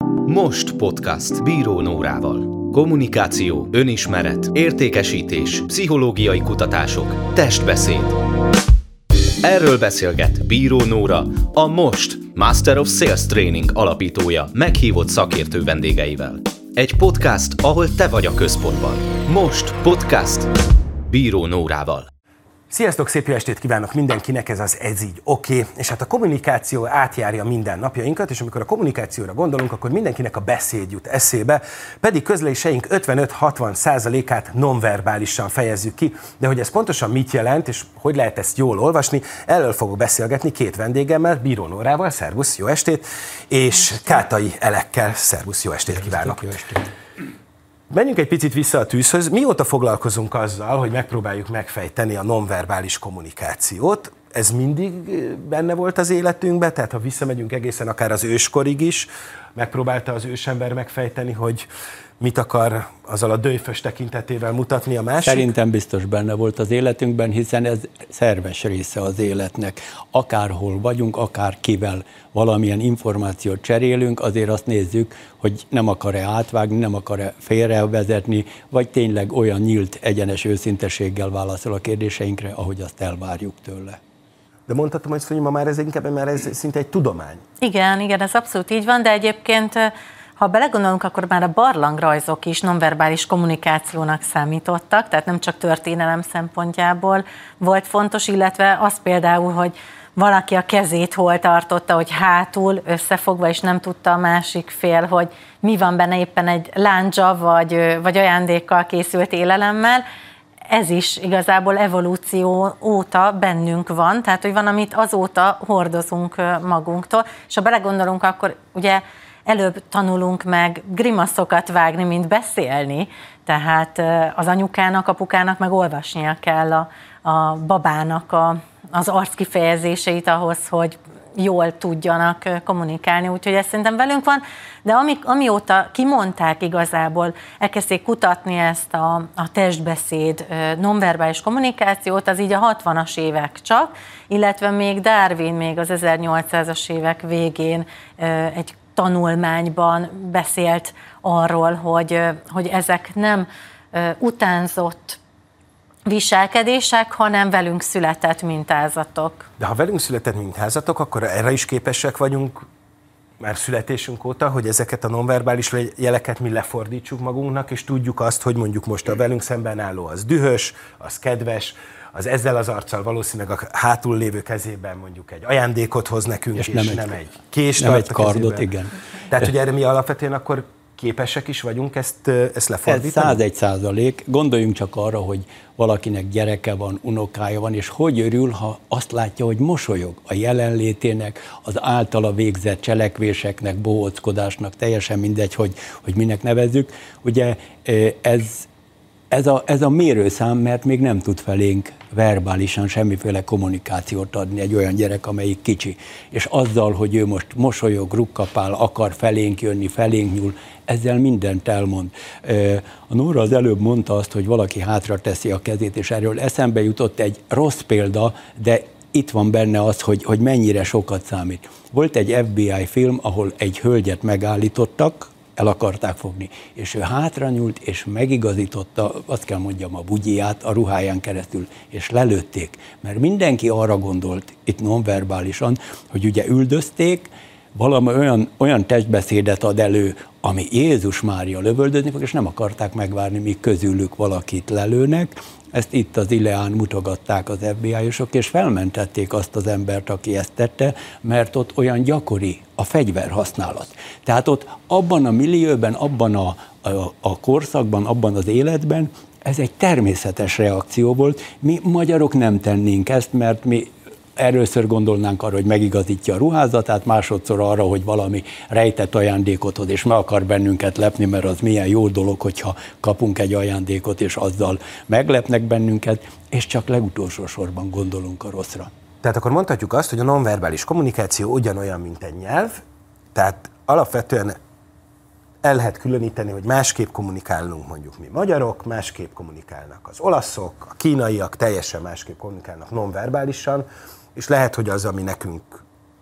Most podcast Bíró Nórával. Kommunikáció, önismeret, értékesítés, pszichológiai kutatások, testbeszéd. Erről beszélget Bíró Nóra, a Most Master of Sales Training alapítója meghívott szakértő vendégeivel. Egy podcast, ahol te vagy a központban. Most podcast Bíró Nórával. Sziasztok, szép jó estét kívánok mindenkinek, ez így oké. És hát a kommunikáció átjárja minden napjainkat, és amikor a kommunikációra gondolunk, akkor mindenkinek a beszéd jut eszébe, pedig közléseink 55-60%-át nonverbálisan fejezzük ki, de hogy ez pontosan mit jelent, és hogy lehet ezt jól olvasni, erről fogok beszélgetni két vendégemmel, Bíró Nórával, szervusz, jó estét, és Kátai Elekkel, szervusz, jó estét kívánok. Jó estét. Menjünk egy picit vissza a tűzhöz. Mióta foglalkozunk azzal, hogy megpróbáljuk megfejteni a nonverbális kommunikációt? Ez mindig benne volt az életünkben, tehát ha visszamegyünk egészen akár az őskorig is, megpróbálta az ősember megfejteni, hogy mit akar azzal a döjfös tekintetével mutatni a másik? Szerintem biztos benne volt az életünkben, hiszen ez szerves része az életnek. Akárhol vagyunk, akárkivel valamilyen információt cserélünk, azért azt nézzük, hogy nem akar-e átvágni, nem akar-e félrevezetni, vagy tényleg olyan nyílt, egyenes őszintességgel válaszol a kérdéseinkre, ahogy azt elvárjuk tőle. De mondhatom, hogy ma már ez szinte egy tudomány. Igen, ez abszolút így van, de egyébként ha belegondolunk, akkor már a barlangrajzok is nonverbális kommunikációnak számítottak, tehát nem csak történelem szempontjából volt fontos, illetve az például, hogy valaki a kezét hol tartotta, hogy hátul összefogva, és nem tudta a másik fél, hogy mi van benne, éppen egy láncsa vagy ajándékkal készült élelemmel. Ez is igazából evolúció óta bennünk van, tehát hogy van, amit azóta hordozunk magunktól, és ha belegondolunk, akkor ugye előbb tanulunk meg grimaszokat vágni, mint beszélni, tehát az anyukának, apukának meg olvasnia kell a babának az arckifejezéseit ahhoz, hogy jól tudjanak kommunikálni, úgyhogy ez szerintem velünk van, de amióta kimondták igazából, elkezdték kutatni ezt a testbeszéd nonverbális kommunikációt, az így a 60-as évek csak, illetve még Darwin még az 1800-as évek végén egy tanulmányban beszélt arról, hogy ezek nem utánzott viselkedések, hanem velünk született mintázatok. De ha velünk született mintázatok, akkor erre is képesek vagyunk már születésünk óta, hogy ezeket a nonverbális jeleket mi lefordítsuk magunknak, és tudjuk azt, hogy mondjuk most a velünk szemben álló az dühös, az kedves, az ezzel az arccal valószínűleg a hátul lévő kezében mondjuk egy ajándékot hoz nekünk, és nem egy kést, nem egy kardot, igen. Tehát, hogy erre mi alapvetően akkor képesek is vagyunk ezt lefordítani? Ez 101%. Gondoljunk csak arra, hogy valakinek gyereke van, unokája van, és hogy örül, ha azt látja, hogy mosolyog a jelenlétének, az általa végzett cselekvéseknek, bohóckodásnak, teljesen mindegy, hogy minek nevezzük. Ugye ez a mérőszám, mert még nem tud felénk verbálisan semmiféle kommunikációt adni egy olyan gyerek, amelyik kicsi. És azzal, hogy ő most mosolyog, rukkapál, akar felénk jönni, felénk nyúl, ezzel mindent elmond. A Nóra az előbb mondta azt, hogy valaki hátra teszi a kezét, és erről eszembe jutott egy rossz példa, de itt van benne az, hogy mennyire sokat számít. Volt egy FBI film, ahol egy hölgyet megállítottak, el akarták fogni, és ő hátra nyúlt, és megigazította, azt kell mondjam, a bugyiját a ruháján keresztül, és lelőtték. Mert mindenki arra gondolt, itt nonverbálisan, hogy ugye üldözték, valami olyan testbeszédet ad elő, ami Jézus Mária lövöldözni fog, és nem akarták megvárni, míg közülük valakit lelőnek. Ezt itt az Ileán mutogatták az FBI-osok, és felmentették azt az embert, aki ezt tette, mert ott olyan gyakori a fegyverhasználat. Tehát ott abban a millióben, abban a korszakban, abban az életben ez egy természetes reakció volt. Mi magyarok nem tennénk ezt, mert mi először gondolnánk arra, hogy megigazítja a ruházatát, másodszor arra, hogy valami rejtett ajándékot hoz, és meg akar bennünket lepni, mert az milyen jó dolog, hogyha kapunk egy ajándékot, és azzal meglepnek bennünket, és csak legutolsó sorban gondolunk a rosszra. Tehát akkor mondhatjuk azt, hogy a nonverbális kommunikáció ugyanolyan, mint egy nyelv, tehát alapvetően el lehet különíteni, hogy másképp kommunikálunk mondjuk mi magyarok, másképp kommunikálnak az olaszok, a kínaiak teljesen másképp kommunikálnak nonverbálisan, és lehet, hogy az, ami nekünk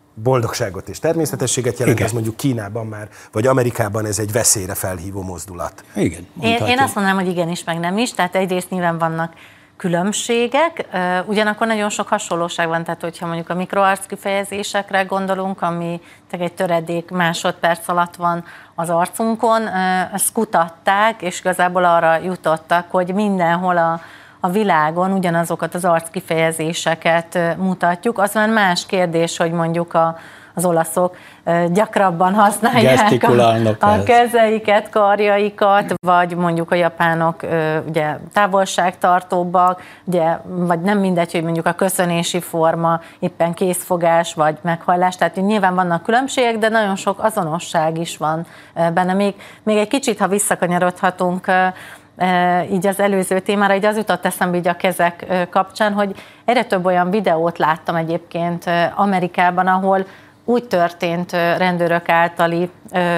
boldogságot és természetességet jelent, ez mondjuk Kínában már, vagy Amerikában ez egy veszélyre felhívó mozdulat. Igen, én azt mondanám, hogy igenis, meg nem is, tehát egyrészt nyilván vannak különbségek, ugyanakkor nagyon sok hasonlóság van, tehát hogyha mondjuk a mikroarc kifejezésekre gondolunk, ami egy töredék másodperc alatt van az arcunkon, ezt kutatták, és igazából arra jutottak, hogy mindenhol a világon ugyanazokat az arckifejezéseket mutatjuk. Az már más kérdés, hogy mondjuk az olaszok gyakrabban használják a kezeiket, karjaikat, vagy mondjuk a japánok ugye távolságtartóbbak, ugye, vagy nem mindegy, hogy mondjuk a köszönési forma éppen készfogás, vagy meghajlás, tehát nyilván vannak különbségek, de nagyon sok azonosság is van benne. Még egy kicsit, ha visszakanyarodhatunk így az előző témára, így az jutott eszembe így a kezek kapcsán, hogy egyre több olyan videót láttam egyébként Amerikában, ahol úgy történt rendőrök általi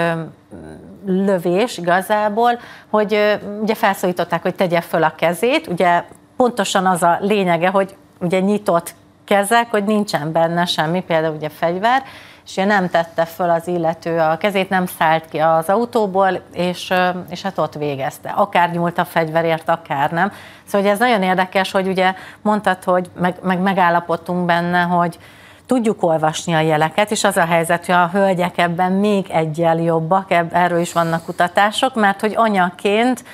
lövés igazából, hogy ugye felszólították, hogy tegye föl a kezét, ugye pontosan az a lényege, hogy ugye nyitott kezek, hogy nincsen benne semmi, például ugye fegyver, és ugye nem tette föl az illető a kezét, nem szállt ki az autóból, és hát ott végezte. Akár nyúlt a fegyverért, akár nem. Szóval ez nagyon érdekes, hogy ugye mondtad, hogy megállapodtunk benne, hogy tudjuk olvasni a jeleket, és az a helyzet, hogy a hölgyek ebben még eggyel jobbak, erről is vannak kutatások, mert hogy anyaként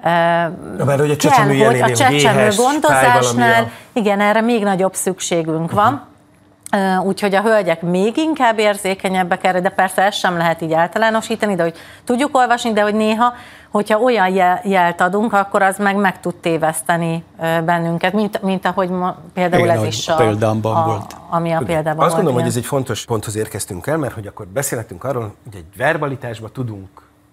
mert hogy a csecsemő gondozásnál, igen, erre még nagyobb szükségünk van. Úgyhogy a hölgyek még inkább érzékenyebbek erre, de persze ezt sem lehet így általánosítani, de hogy tudjuk olvasni, de hogy néha, hogyha olyan jelt adunk, akkor az meg tud téveszteni bennünket, mint ahogy például ez is volt. Ami a példában azt gondolom, hogy ez egy fontos ponthoz érkeztünk el, mert hogy akkor beszélhetünk arról, hogy egy verbalitásban tudunk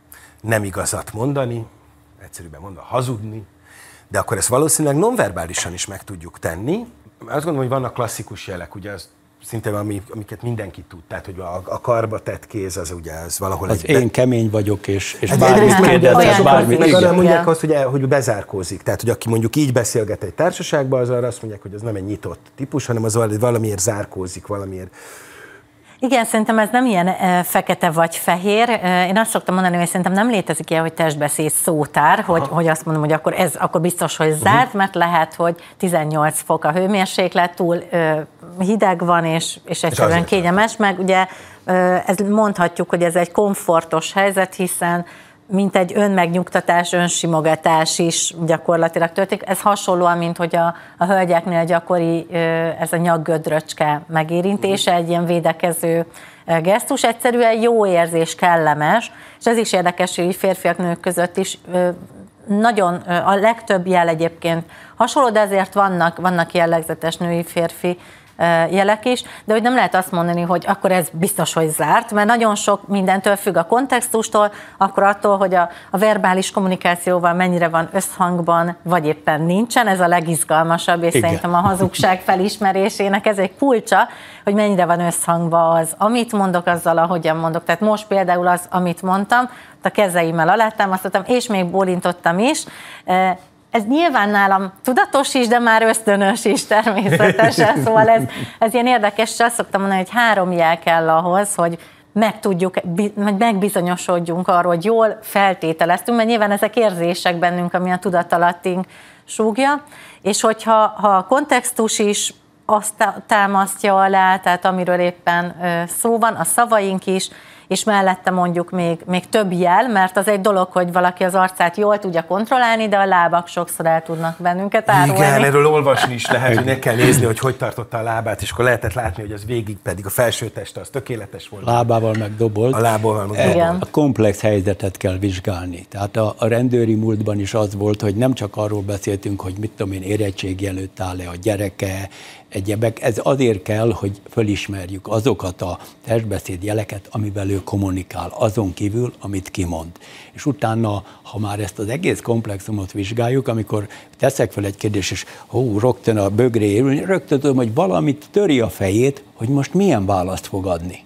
nem igazat mondani, egyszerűen mondva hazudni, de akkor ezt valószínűleg nonverbálisan is meg tudjuk tenni. Azt gondolom, hogy vannak klasszikus jelek, ugye az szinte amiket mindenki tud, tehát hogy a karba tett kéz, az ugye az valahol én kemény vagyok, és bármit kérdezek, bármit. Meg arra mondják azt, hogy bezárkózik, tehát hogy aki mondjuk így beszélget egy társaságban, az arra azt mondják, hogy az nem egy nyitott típus, hanem az valamiért zárkózik, valamiért. Igen, szerintem ez nem ilyen fekete vagy fehér. Én azt szoktam mondani, hogy szerintem nem létezik ilyen, hogy testbeszéd szótár, hogy azt mondom, hogy akkor biztos, hogy zárt, mert lehet, hogy 18 fok a hőmérséklet, túl hideg van, és egyszerűen kényelmes, meg ugye ez mondhatjuk, hogy ez egy komfortos helyzet, hiszen mint egy önmegnyugtatás, önsimogatás is gyakorlatilag történik. Ez hasonlóan, mint hogy a hölgyeknél gyakori ez a nyakgödröcske megérintése, egy ilyen védekező gesztus, egyszerűen jó érzés, kellemes, és ez is érdekes, hogy férfiak, nők között is nagyon, a legtöbb jel egyébként hasonló, de ezért vannak jellegzetes női-férfi jelek is, de hogy nem lehet azt mondani, hogy akkor ez biztos, hogy zárt, mert nagyon sok mindentől függ a kontextustól, akkor attól, hogy a verbális kommunikációval mennyire van összhangban, vagy éppen nincsen, ez a legizgalmasabb, és szerintem a hazugság felismerésének ez egy kulcsa, hogy mennyire van összhangban az, amit mondok, azzal, ahogyan mondok. Tehát most például az, amit mondtam, a kezeimmel alátámasztottam, és még bólintottam is. Ez nyilván nálam tudatos is, de már ösztönös is természetesen, szóval ez ilyen érdekes, és azt szoktam mondani, hogy 3 jel kell ahhoz, hogy megbizonyosodjunk arról, hogy jól feltételeztünk, mert nyilván ezek érzések bennünk, ami a tudatalattunk súgja, és hogyha a kontextus is azt támasztja alá, tehát amiről éppen szó van, a szavaink is, és mellette mondjuk még több jel, mert az egy dolog, hogy valaki az arcát jól tudja kontrollálni, de a lábak sokszor el tudnak bennünket árulni. Igen, erről olvasni is lehet, hogy ne kell nézni, hogy tartotta a lábát, és akkor lehetett látni, hogy az végig pedig a felső teste az tökéletes volt. Lábával megdobolt. A lábával megdobolt. A komplex helyzetet kell vizsgálni. Tehát a rendőri múltban is az volt, hogy nem csak arról beszéltünk, hogy mit tudom én, érettségi előtt áll-e a gyereke, egyebek. Ez azért kell, hogy fölismerjük azokat a testbeszéd jeleket, amivel ő kommunikál, azon kívül, amit kimond. És utána, ha már ezt az egész komplexumot vizsgáljuk, amikor teszek fel egy kérdést, és rögtön a bögré érül, rögtön tudom, hogy valamit töri a fejét, hogy most milyen választ fog adni.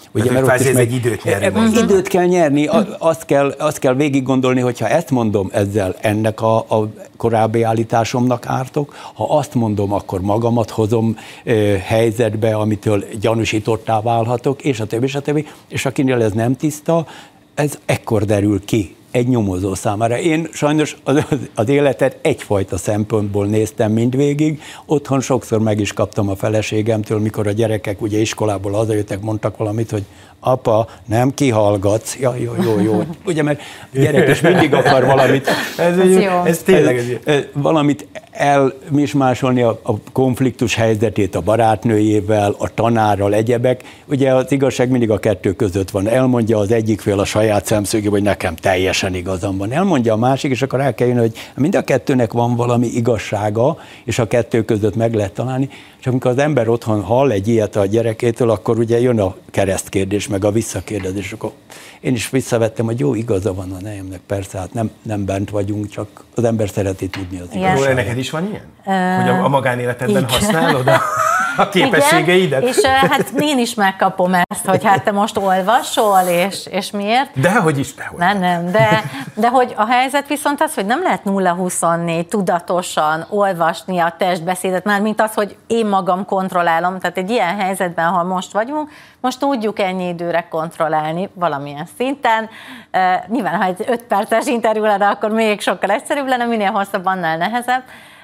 Ugye, mert ott is egy időt nyerni. Időt kell nyerni, azt kell végig gondolni, hogyha ezt mondom, ezzel ennek a korábbi állításomnak ártok, ha azt mondom, akkor magamat hozom helyzetbe, amitől gyanúsítottá válhatok, és a többi, és akinél ez nem tiszta, ez ekkor derül ki egy nyomozó számára. Én sajnos az életet egyfajta szempontból néztem mindvégig. Otthon sokszor meg is kaptam a feleségemtől, mikor a gyerekek ugye iskolából hazajöttek, mondtak valamit, hogy apa, nem kihallgatsz. Ja, jó. Ugye, mert a gyerek is mindig akar valamit. Ez tényleg valamit elmismásolni, a konfliktus helyzetét a barátnőjével, a tanárral, egyebek. Ugye az igazság mindig a kettő között van. Elmondja az egyik fél a saját szemszögéből, hogy nekem teljesen igazam van. Elmondja a másik, és akkor rá kell jönni, hogy mind a kettőnek van valami igazsága, és a kettő között meg lehet találni. És amikor az ember otthon hall egy ilyet a gyerekétől, akkor ugye jön a keresztkérdés, meg a visszakérdezés. Akkor én is visszavettem, hogy jó, igaza van a nejemnek, persze, hát nem bent vagyunk, csak az ember szereti tudni az igazságot. Neked is van ilyen? Hogy a magánéletedben használod a képességeidet? Igen, és hát én is megkapom ezt, hogy hát te most olvasol, és miért? Dehogy is. Nem, de hogy a helyzet viszont az, hogy nem lehet 0-24 tudatosan olvasni a testbeszédet, már mint az, hogy én magam kontrollálom, tehát egy ilyen helyzetben, ha most vagyunk, most tudjuk ennyi időre kontrollálni valamilyen szinten. Nyilván, ha egy 5 perces interjú lenne, akkor még sokkal egyszerűbb lenne, minél hosszabb, annál nehezebb.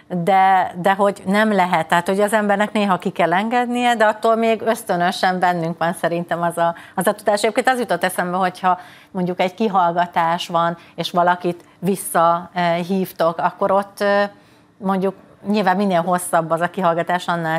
De hogy nem lehet, tehát hogy az embernek néha ki kell engednie, de attól még ösztönösen bennünk van szerintem az a tudás. Egyébként az jutott eszembe, hogyha mondjuk egy kihallgatás van, és valakit visszahívtok, akkor ott mondjuk nyilván minél hosszabb az a kihallgatás, annál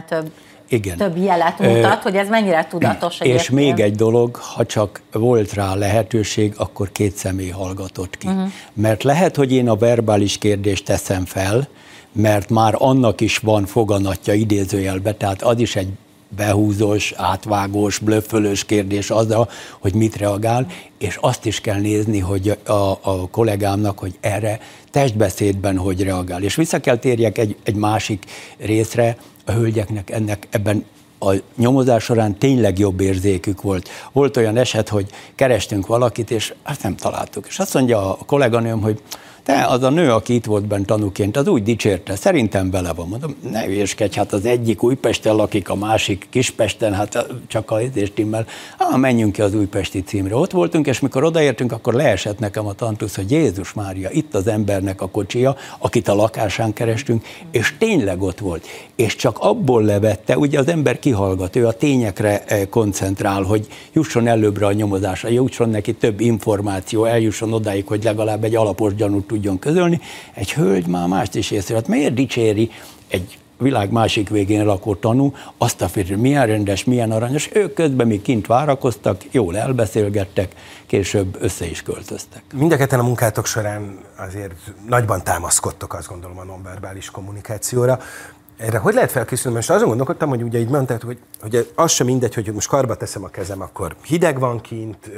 több jelet mutat, hogy ez mennyire tudatos egyébként. És még egy dolog, ha csak volt rá lehetőség, akkor 2 személy hallgatott ki. Mert lehet, hogy én a verbális kérdést teszem fel, mert már annak is van foganatja idézőjelbe, tehát az is egy behúzós, átvágós, blöffölős kérdés azzal, hogy mit reagál, és azt is kell nézni, hogy a kollégámnak, hogy erre testbeszédben hogy reagál. És vissza kell térjek egy másik részre, a hölgyeknek ebben a nyomozás során tényleg jobb érzékük volt. Volt olyan eset, hogy kerestünk valakit, és azt nem találtuk. És azt mondja a kolléganőm, hogy te, az a nő, aki itt volt bent tanúként, az úgy dicsérte, szerintem vele van. Mondom, ne hülyeskedj, hát az egyik Újpesten lakik, a másik Kispesten, hát csak a timmel. Menjünk ki az újpesti címre. Ott voltunk, és mikor odaértünk, akkor leesett nekem a tantusz, hogy Jézus Mária, itt az embernek a kocsia, akit a lakásán kerestünk, és tényleg ott volt. És csak abból levette, ugye az ember kihallgat, ő a tényekre koncentrál, hogy jusson előbbre a nyomozásra, jusson neki több információ, eljusson odáig, hogy legalább egy alapos gyanút tudjon közölni. Egy hölgy már mást is észrevett. Miért dicséri egy világ másik végén lakó tanú azt a férjét, milyen rendes, milyen aranyos, ők közben még kint várakoztak, jól elbeszélgettek, később össze is költöztek. Mind a ketten a munkátok során azért nagyban támaszkodtok, azt gondolom, a nonverbális kommunikációra. Erre hogy lehet felkészülni? Most azon gondolkodtam, hogy ugye így mondtad, hogy az sem mindegy, hogy most karba teszem a kezem, akkor hideg van kint,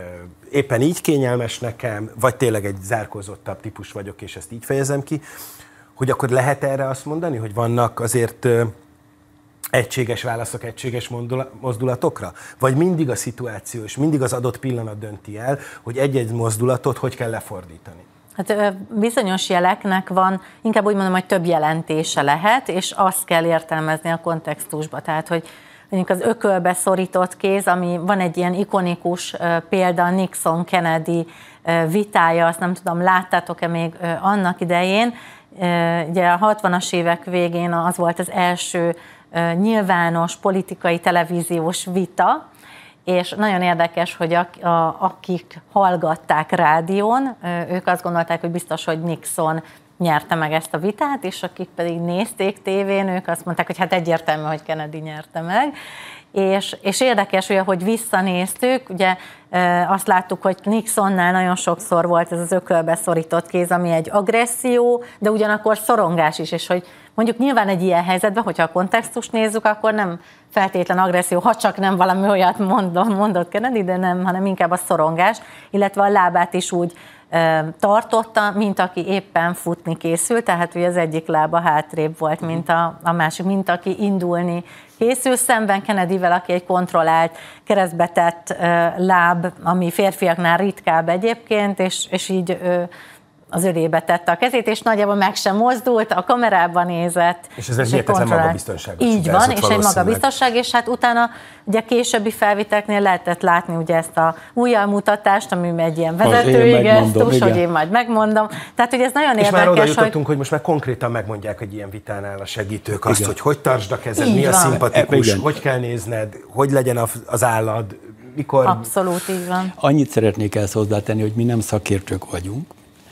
éppen így kényelmes nekem, vagy tényleg egy zárkózottabb típus vagyok, és ezt így fejezem ki, hogy akkor lehet erre azt mondani, hogy vannak azért egységes válaszok, egységes mozdulatokra? Vagy mindig a szituáció, és mindig az adott pillanat dönti el, hogy egy-egy mozdulatot hogy kell lefordítani? Hát bizonyos jeleknek van, inkább úgy mondom, hogy több jelentése lehet, és azt kell értelmezni a kontextusba. Tehát, hogy mondjuk az ökölbe szorított kéz, ami van egy ilyen ikonikus példa, Nixon-Kennedy vitája, azt nem tudom, láttátok-e még annak idején. Ugye a 60-as évek végén az volt az első nyilvános politikai televíziós vita, és nagyon érdekes, hogy akik hallgatták rádión, ők azt gondolták, hogy biztos, hogy Nixon nyerte meg ezt a vitát, és akik pedig nézték tévén, ők azt mondták, hogy hát egyértelmű, hogy Kennedy nyerte meg. És érdekes, hogy visszanéztük, ugye azt láttuk, hogy Nixonnál nagyon sokszor volt ez az ökölbe szorított kéz, ami egy agresszió, de ugyanakkor szorongás is, és hogy mondjuk nyilván egy ilyen helyzetben, hogyha a kontextust nézzük, akkor nem feltétlen agresszió, ha csak nem valami olyat mondott Kennedy, de nem, hanem inkább a szorongás, illetve a lábát is úgy tartotta, mint aki éppen futni készül, tehát ugye az egyik lába hátrébb volt, mint a másik, mint aki indulni készül, szemben Kennedyvel, aki egy kontrollált, keresztbetett láb, ami férfiaknál ritkább egyébként, és így az ölébe tette a kezét, és nagyjából meg sem mozdult, a kamerában nézett. És ez egy magabiztonságos. Így van, és egy magabiztosság, és hát utána ugye későbbi felvételeknél lehetett látni ugye ezt a ujjalmutatást, ami egy ilyen vezetői gesztus, hogy én majd megmondom. Tehát ugye ez nagyon érdekes, már oda jutottunk, hogy most már konkrétan megmondják egy ilyen vitánál a segítők azt, hogy tartsd a kezed, mi a szimpatikus, hogy kell nézned, hogy legyen az állad, mikor... Abszolút, így van. Annyit szeretnék ezt hozzátenni, hogy mi nem szakértők vagyunk,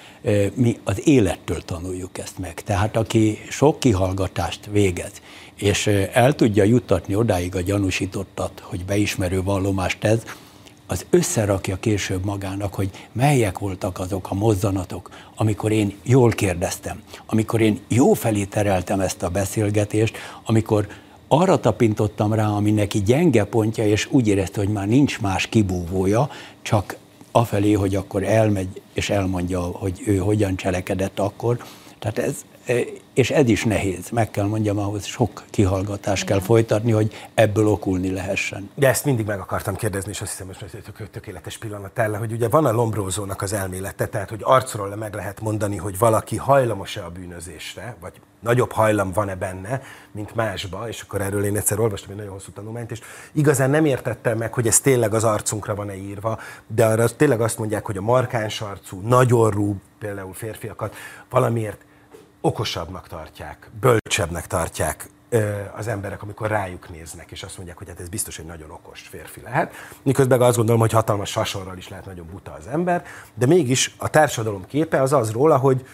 mi az élettől tanuljuk ezt meg. Tehát aki sok kihallgatást végez, és el tudja juttatni odáig a gyanúsítottat, hogy beismerő vallomást tesz, az összerakja később magának, hogy melyek voltak azok a mozzanatok, amikor én jól kérdeztem, amikor én jó felé tereltem ezt a beszélgetést, amikor arra tapintottam rá, ami neki gyenge pontja, és úgy érezte, hogy már nincs más kibúvója, csak afelé, hogy akkor elmegy és elmondja, hogy ő hogyan cselekedett akkor. Tehát és ez is nehéz, meg kell mondjam, ahhoz sok kihallgatást kell folytatni, hogy ebből okulni lehessen. De ezt mindig meg akartam kérdezni, és azt hiszem, hogy tökéletes pillanat el, hogy ugye van a Lombrózónak az elmélete, tehát hogy arcról meg lehet mondani, hogy valaki hajlamos-e a bűnözésre, vagy nagyobb hajlam van-e benne, mint másba, és akkor erről én egyszer olvastam egy nagyon hosszú tanulmányt, és igazán nem értettem meg, hogy ez tényleg az arcunkra van-e írva, de arra tényleg azt mondják, hogy a markáns arcú, nagyorrú, például férfiakat valamiért okosabbnak tartják, bölcsebbnek tartják az emberek, amikor rájuk néznek, és azt mondják, hogy hát ez biztos egy nagyon okos férfi lehet. Miközben azt gondolom, hogy hatalmas sasorral is lehet nagyon buta az ember, de mégis a társadalom képe az róla,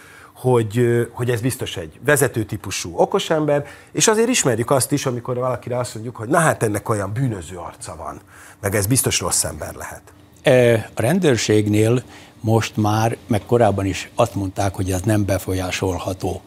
hogy ez biztos egy vezetőtípusú okos ember, és azért ismerjük azt is, amikor valakire azt mondjuk, hogy na hát ennek olyan bűnöző arca van, meg ez biztos rossz ember lehet. A rendőrségnél most már, meg korábban is azt mondták, hogy ez nem befolyásolható.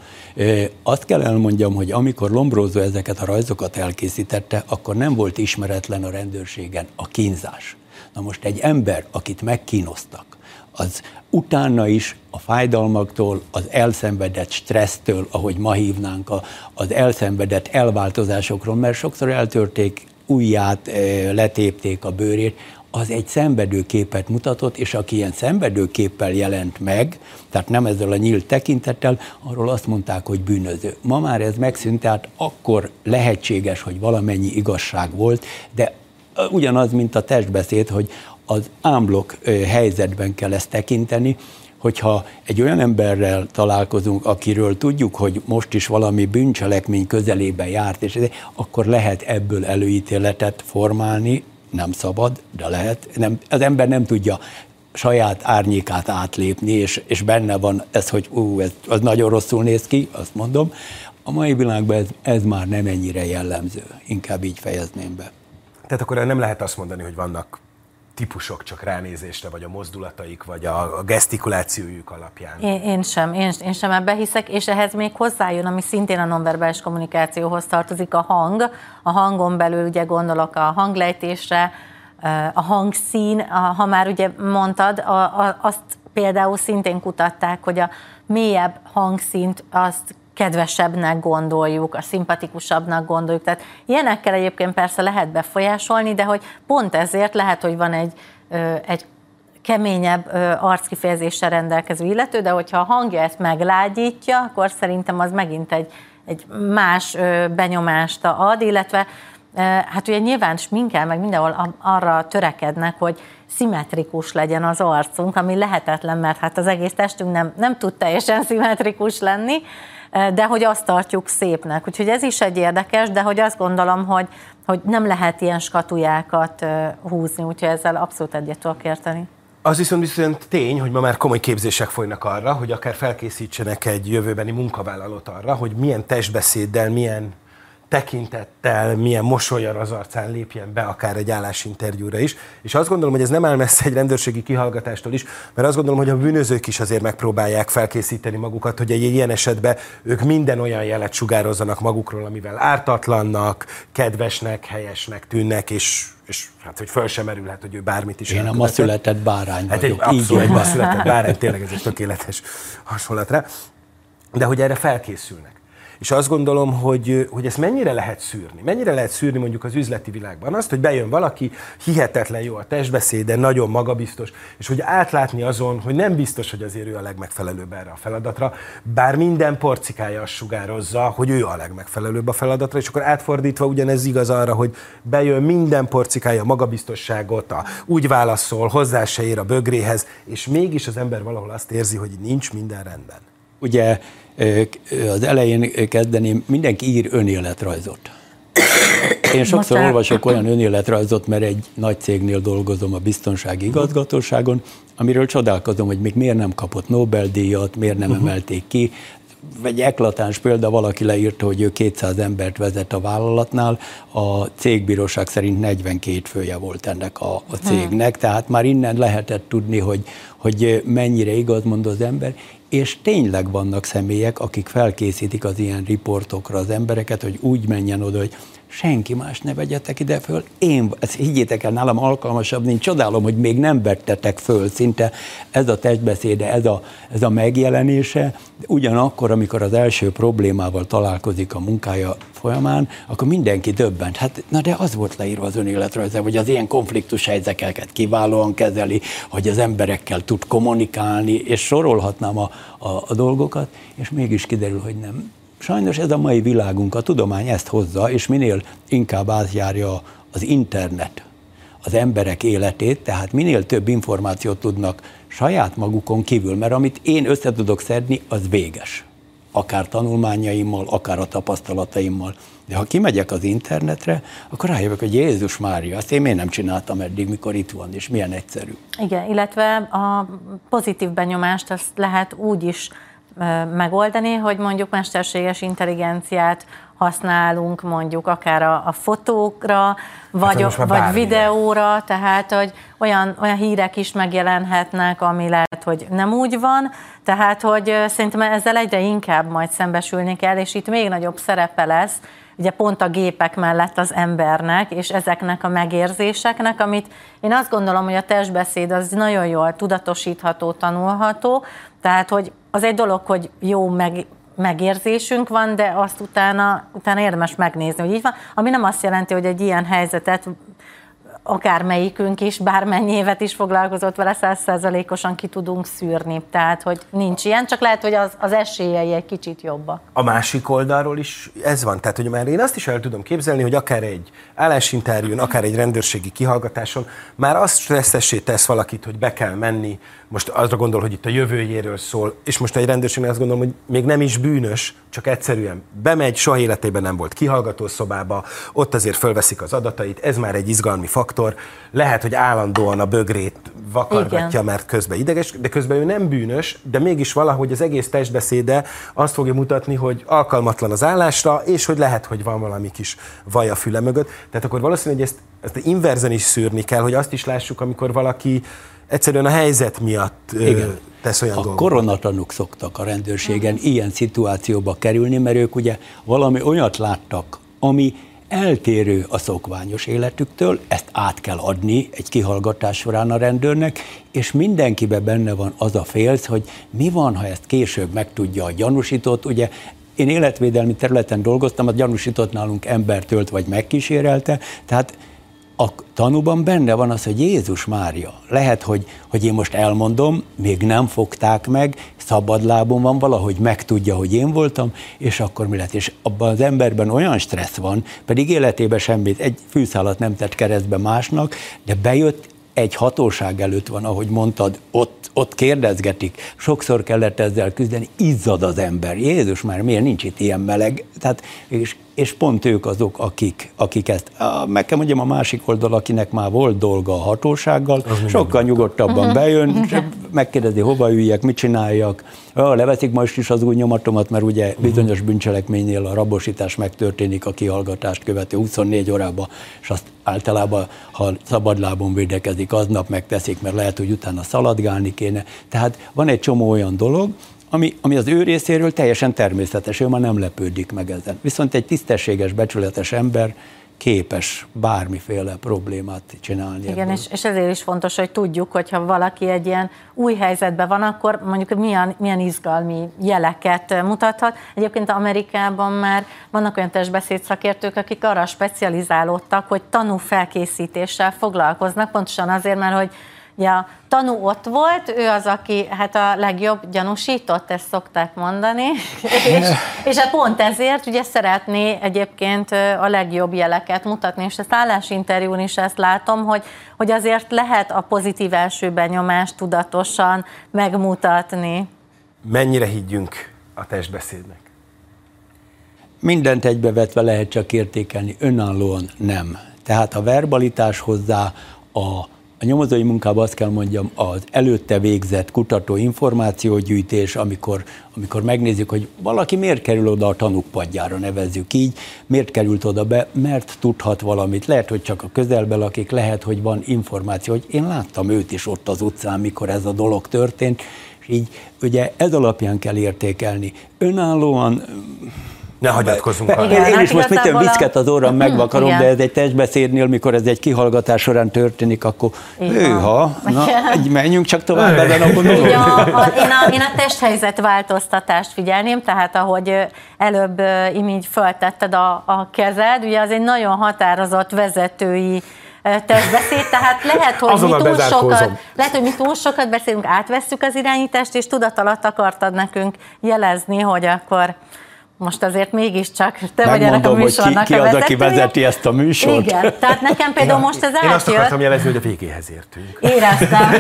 Azt kell elmondjam, hogy amikor Lombrózó ezeket a rajzokat elkészítette, akkor nem volt ismeretlen a rendőrségen a kínzás. Na most egy ember, akit megkínoztak, az utána is a fájdalmaktól, az elszenvedett stressztől, ahogy ma hívnánk, az elszenvedett elváltozásokról, mert sokszor eltörték ujját, letépték a bőrét, az egy szenvedőképet mutatott, és aki ilyen szenvedőképpel jelent meg, tehát nem ezzel a nyílt tekintettel, arról azt mondták, hogy bűnöző. Ma már ez megszűnt, tehát akkor lehetséges, hogy valamennyi igazság volt, de ugyanaz, mint a testbeszéd, hogy az ámblok helyzetben kell ezt tekinteni, hogyha egy olyan emberrel találkozunk, akiről tudjuk, hogy most is valami bűncselekmény közelében járt, és akkor lehet ebből előítéletet formálni, nem szabad, de lehet. Az ember nem tudja saját árnyékát átlépni, és benne van ez, hogy az nagyon rosszul néz ki, azt mondom. A mai világban ez már nem ennyire jellemző, inkább így fejezném be. Tehát akkor nem lehet azt mondani, hogy vannak típusok csak ránézésre, vagy a mozdulataik, vagy a gesztikulációjuk alapján. Én sem ebbe hiszek, és ehhez még hozzájön, ami szintén a nonverbális kommunikációhoz tartozik, a hang. A hangon belül ugye gondolok a hanglejtésre, a hangszín, ha már ugye mondtad, azt például szintén kutatták, hogy a mélyebb hangszínt azt kedvesebbnek gondoljuk, a szimpatikusabbnak gondoljuk. Tehát ilyenekkel egyébként persze lehet befolyásolni, de hogy pont ezért lehet, hogy van egy keményebb arckifejezéssel rendelkező illető, de hogyha a hangja ezt meglágyítja, akkor szerintem az megint egy más benyomást ad, illetve hát ugye nyilván sminkel, meg mindenhol arra törekednek, hogy szimmetrikus legyen az arcunk, ami lehetetlen, mert hát az egész testünk nem tud teljesen szimmetrikus lenni, de hogy azt tartjuk szépnek. Úgyhogy ez is egy érdekes, de hogy azt gondolom, hogy nem lehet ilyen skatujákat húzni, úgyhogy ezzel abszolút egyet tudok érteni. Az viszont tény, hogy ma már komoly képzések folynak arra, hogy akár felkészítsenek egy jövőbeni munkavállalót arra, hogy milyen testbeszéddel, milyen tekintettel, milyen mosollyal az arcán lépjen be akár egy állásinterjúra is. És azt gondolom, hogy ez nem áll messze egy rendőrségi kihallgatástól is, mert azt gondolom, hogy a bűnözők is azért megpróbálják felkészíteni magukat, hogy egy ilyen esetben ők minden olyan jelet sugározzanak magukról, amivel ártatlannak, kedvesnek, helyesnek tűnnek, és hát, hogy föl sem merülhet, hogy ő bármit is. Én a ma született bárány vagyok. Abszolút ma született bárány, tényleg ez egy tökéletes hasonlat rá. De hogy erre felkészülnek. És azt gondolom, hogy ezt mennyire lehet szűrni? Mennyire lehet szűrni mondjuk az üzleti világban azt, hogy bejön valaki, hihetetlen jó a testbeszéde, nagyon magabiztos, és hogy átlátni azon, hogy nem biztos, hogy azért ő a legmegfelelőbb erre a feladatra, bár minden porcikája azt sugározza, hogy ő a legmegfelelőbb a feladatra, és akkor átfordítva ugyanez igaz arra, hogy bejön minden porcikája magabiztosságot, úgy válaszol, hozzá se ér a bögréhez, és mégis az ember valahol azt érzi, hogy nincs minden rendben. Ugye az elején kezdeném, mindenki ír önéletrajzot. Én sokszor olvasok olyan önéletrajzot, mert egy nagy cégnél dolgozom a biztonsági igazgatóságon, amiről csodálkozom, hogy még miért nem kapott Nobel-díjat, miért nem emelték ki. Egy eklatáns példa, valaki leírta, hogy ő 200 embert vezet a vállalatnál, a cégbíróság szerint 42 fője volt ennek a cégnek, tehát már innen lehetett tudni, hogy mennyire igaz mond az ember, és tényleg vannak személyek, akik felkészítik az ilyen riportokra az embereket, hogy úgy menjen oda, hogy senki más ne vegyetek ide föl. Ezt higgyétek el, nálam alkalmasabb nincs. Csodálom, hogy még nem vettetek föl. Szinte ez a testbeszéde, ez a megjelenése. Ugyanakkor, amikor az első problémával találkozik a munkája folyamán, akkor mindenki döbbent. Hát, na de az volt leírva az önéletrajzában, hogy az ilyen konfliktus helyzeteket kiválóan kezeli, hogy az emberekkel tud kommunikálni, és sorolhatnám a dolgokat, és mégis kiderül, hogy nem. Sajnos ez a mai világunk, a tudomány ezt hozza, és minél inkább átjárja az internet az emberek életét, tehát minél több információt tudnak saját magukon kívül, mert amit én össze tudok szedni, az véges. Akár tanulmányaimmal, akár a tapasztalataimmal. De ha kimegyek az internetre, akkor rájövök, hogy Jézus Mária, azt én miért nem csináltam eddig, mikor itt van, és milyen egyszerű. Igen, illetve a pozitív benyomást azt lehet úgy is megoldani, hogy mondjuk mesterséges intelligenciát használunk mondjuk akár a fotókra, vagy videóra, tehát hogy olyan hírek is megjelenhetnek, ami lehet, hogy nem úgy van, tehát hogy szerintem ezzel egyre inkább majd szembesülni kell, és itt még nagyobb szerepe lesz, ugye pont a gépek mellett az embernek, és ezeknek a megérzéseknek, amit én azt gondolom, hogy a testbeszéd az nagyon jól tudatosítható, tanulható, tehát hogy az egy dolog, hogy jó megérzésünk van, de azt utána érdemes megnézni, hogy így van, ami nem azt jelenti, hogy egy ilyen helyzetet akármelyikünk is, bármennyi évet is foglalkozott vele, 100%-osan ki tudunk szűrni. Tehát, hogy nincs ilyen, csak lehet, hogy az esélyei egy kicsit jobbak. A másik oldalról is ez van. Tehát, hogy már én azt is el tudom képzelni, hogy akár egy állásinterjún, akár egy rendőrségi kihallgatáson már azt stresszessé tesz valakit, hogy be kell menni, most azra gondol, hogy itt a jövőjéről szól, és most egy rendőrségnél azt gondolom, hogy még nem is bűnös, csak egyszerűen bemegy, soha életében nem volt kihallgatószobába, ott azért fölveszik az adatait, ez már egy izgalmi faktor, lehet, hogy állandóan a bögrét vakargatja, igen, mert közben ideges, de közben ő nem bűnös, de mégis valahogy az egész testbeszéde azt fogja mutatni, hogy alkalmatlan az állásra, és hogy lehet, hogy van valami kis vaj a füle mögött. Tehát akkor valószínűleg ezt inverzen is szűrni kell, hogy azt is lássuk, amikor valaki egyszerűen a helyzet miatt tesz olyan dolgokat. A koronatanúk szoktak a rendőrségen ilyen szituációba kerülni, mert ők ugye valami olyat láttak, ami eltérő a szokványos életüktől, ezt át kell adni egy kihallgatás során a rendőrnek, és mindenkiben benne van az a félsz, hogy mi van, ha ezt később megtudja a gyanúsított. Ugye én életvédelmi területen dolgoztam, a gyanúsított nálunk embert ölt vagy megkísérelte, tehát a tanúban benne van az, hogy Jézus Mária, lehet, hogy én most elmondom, még nem fogták meg, szabadlábon van, valahogy megtudja, hogy én voltam, és akkor mi lett? És abban az emberben olyan stressz van, pedig életében semmit, egy fűszálat nem tett keresztbe másnak, de bejött, egy hatóság előtt van, ahogy mondtad, ott kérdezgetik, sokszor kellett ezzel küzdeni, izzad az ember. Jézus már, miért nincs itt ilyen meleg? Tehát, és pont ők azok, akik ezt, meg kell mondjam, a másik oldal, akinek már volt dolga a hatósággal, sokkal nyugodtabban bejön, megkérdezi, hova üljek, mit csináljak, leveszik most is az új nyomatomat, mert ugye bizonyos bűncselekménynél a rabosítás megtörténik a kihallgatást követő 24 órában, és azt általában, ha szabadlábon védekezik, aznap megteszik, mert lehet, hogy utána szaladgálni kéne. Tehát van egy csomó olyan dolog, ami az ő részéről teljesen természetes, ő már nem lepődik meg ezen. Viszont egy tisztességes, becsületes ember képes bármiféle problémát csinálni. Igen, és ezért is fontos, hogy tudjuk, hogyha valaki egy ilyen új helyzetben van, akkor mondjuk milyen izgalmi jeleket mutathat. Egyébként Amerikában már vannak olyan testbeszéd szakértők, akik arra specializálódtak, hogy tanúfelkészítéssel foglalkoznak, pontosan azért, mert hogy ja, tanú ott volt, ő az, aki hát a legjobb gyanúsított, ezt szokták mondani, és hát pont ezért ugye szeretné egyébként a legjobb jeleket mutatni, és ezt állásinterjún is ezt látom, hogy azért lehet a pozitív első benyomást tudatosan megmutatni. Mennyire higgyünk a testbeszédnek? Mindent egybevetve lehet csak értékelni, önállóan nem. Tehát a verbalitás hozzá, a nyomozói munkában azt kell mondjam, az előtte végzett kutató információgyűjtés, amikor megnézzük, hogy valaki miért kerül oda a tanúk padjára, nevezzük így, miért került oda be, mert tudhat valamit. Lehet, hogy csak a közelben lakik, lehet, hogy van információ, hogy én láttam őt is ott az utcán, mikor ez a dolog történt, és így ugye ez alapján kell értékelni. Önállóan... Ne hagyatkozzunk arra. Én is most mit viszket az orram megvakarom, de ez egy testbeszédnél, mikor ez egy kihallgatás során történik, akkor menjünk csak tovább ezen a ponton. Én a testhelyzet változtatást figyelném, tehát ahogy előbb így föltetted a kezed, ugye az egy nagyon határozott vezetői testbeszéd, tehát lehet, hogy mi túl sokat beszélünk, átvesszük az irányítást, és tudat alatt akartad nekünk jelezni, hogy akkor most azért mégiscsak te vagy ennek a műsornak ki az, aki vezeti ezt a műsort. Igen, tehát nekem például most ez átjött. Én azt akartam jelezni, hogy a végéhez értünk. Éreztem.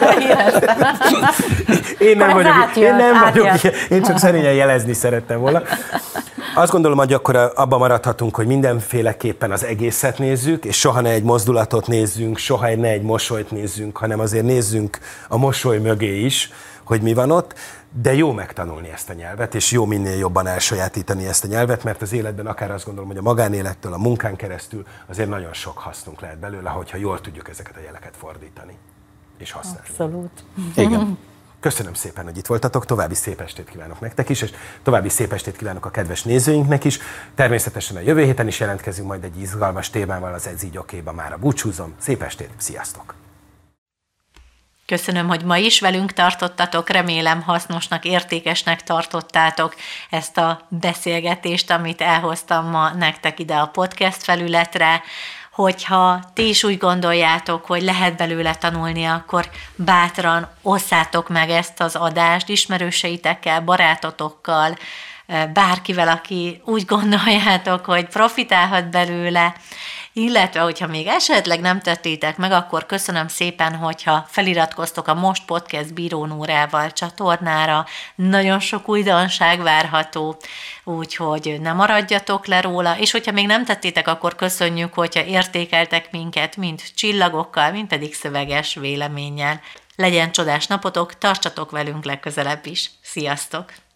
Én nem vagyok. Én csak szerényen jelezni szerettem volna. Azt gondolom, hogy akkor abban maradhatunk, hogy mindenféleképpen az egészet nézzük, és soha ne egy mozdulatot nézzünk, soha ne egy mosolyt nézzünk, hanem azért nézzünk a mosoly mögé is, hogy mi van ott. De jó megtanulni ezt a nyelvet, és jó minél jobban elsajátítani ezt a nyelvet, mert az életben akár azt gondolom, hogy a magánélettől, a munkán keresztül azért nagyon sok hasznunk lehet belőle, hogyha jól tudjuk ezeket a jeleket fordítani és használni. Abszolút. Igen. Köszönöm szépen, hogy itt voltatok, további szép estét kívánok nektek is, és további szép estét kívánok a kedves nézőinknek is. Természetesen a jövő héten is jelentkezünk majd egy izgalmas témával, az Ez így okéba. Mára búcsúzom, szép estét, sziasztok! Köszönöm, hogy ma is velünk tartottatok, remélem hasznosnak, értékesnek tartottátok ezt a beszélgetést, amit elhoztam ma nektek ide a podcast felületre. Hogyha ti is úgy gondoljátok, hogy lehet belőle tanulni, akkor bátran osszátok meg ezt az adást ismerőseitekkel, barátotokkal, bárkivel, aki úgy gondoljátok, hogy profitálhat belőle, illetve, hogyha még esetleg nem tettétek meg, akkor köszönöm szépen, hogyha feliratkoztok a Most Podcast Bíró Nórával csatornára. Nagyon sok újdonság várható, úgyhogy ne maradjatok le róla, és hogyha még nem tettétek, akkor köszönjük, hogyha értékeltek minket, mind csillagokkal, mind pedig szöveges véleménnyel. Legyen csodás napotok, tartsatok velünk legközelebb is. Sziasztok!